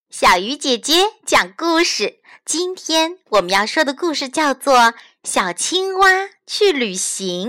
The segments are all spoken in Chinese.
小鱼姐姐讲故事。今天我们要说的故事叫做《小青蛙去旅行》。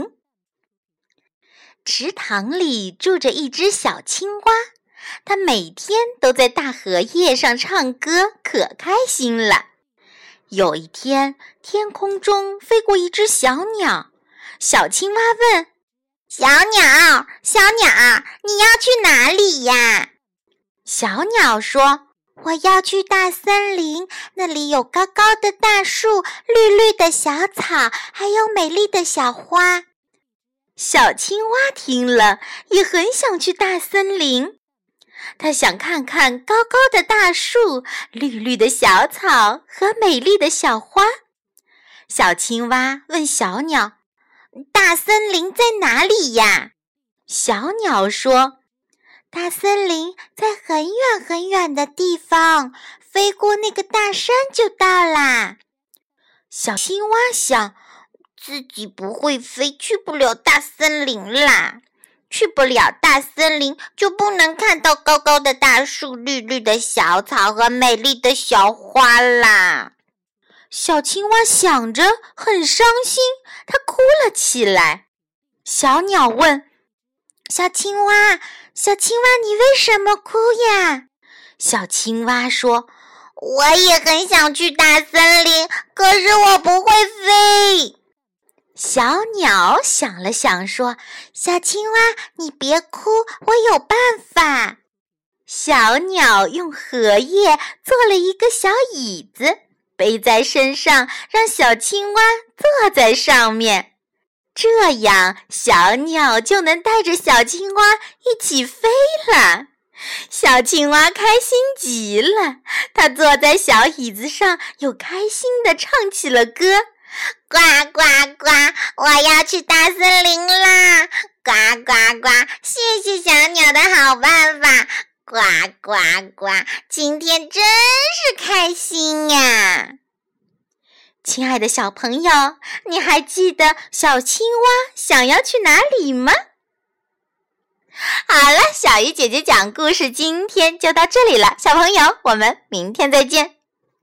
池塘里住着一只小青蛙，它每天都在大荷叶上唱歌，可开心了。有一天，天空中飞过一只小鸟，小青蛙问：小鸟，小鸟，你要去哪里呀？小鸟说：我要去大森林，那里有高高的大树，绿绿的小草，还有美丽的小花。小青蛙听了，也很想去大森林。它想看看高高的大树、绿绿的小草和美丽的小花。小青蛙问小鸟：大森林在哪里呀？小鸟说：大森林在很远很远的地方，飞过那个大山就到啦。小青蛙想，自己不会飞，去不了大森林啦。去不了大森林，就不能看到高高的大树、绿绿的小草和美丽的小花啦。小青蛙想着，很伤心，它哭了起来。小鸟问：小青蛙，小青蛙，你为什么哭呀？小青蛙说：我也很想去大森林，可是我不会飞。小鸟想了想说：小青蛙，你别哭，我有办法。小鸟用荷叶做了一个小椅子，背在身上，让小青蛙坐在上面。这样，小鸟就能带着小青蛙一起飞了。小青蛙开心极了，它坐在小椅子上，又开心地唱起了歌。呱呱呱，我要去大森林啦！呱呱呱，谢谢小鸟的好办法。呱呱呱，今天真是开心呀！亲爱的小朋友，你还记得小青蛙想要去哪里吗？好了，小鱼姐姐讲故事今天就到这里了，小朋友，我们明天再见。